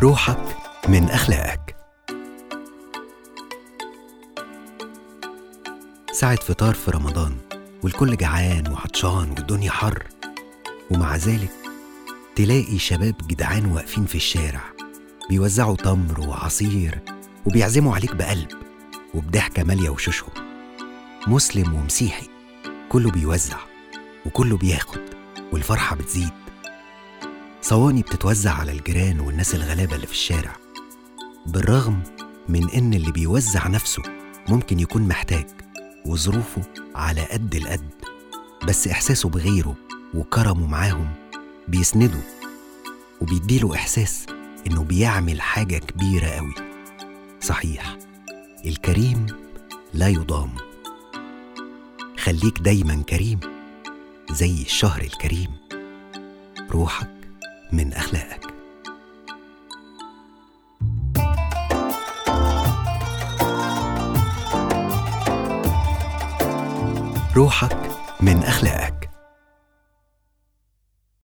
روحك من أخلاقك. ساعة فطار في رمضان والكل جعان وعطشان والدنيا حر، ومع ذلك تلاقي شباب جدعان واقفين في الشارع بيوزعوا تمر وعصير وبيعزموا عليك بقلب وبضحكة مالية وشوشهم. مسلم ومسيحي كله بيوزع وكله بياخد والفرحة بتزيد. صواني بتتوزع على الجيران والناس الغلابة اللي في الشارع، بالرغم من إن اللي بيوزع نفسه ممكن يكون محتاج وظروفه على قد القد، بس إحساسه بغيره وكرمه معاهم بيسنده وبيديله إحساس إنه بيعمل حاجة كبيرة قوي. صحيح، الكريم لا يضام. خليك دايما كريم زي الشهر الكريم. روحك من أخلاقك. روحك من أخلاقك.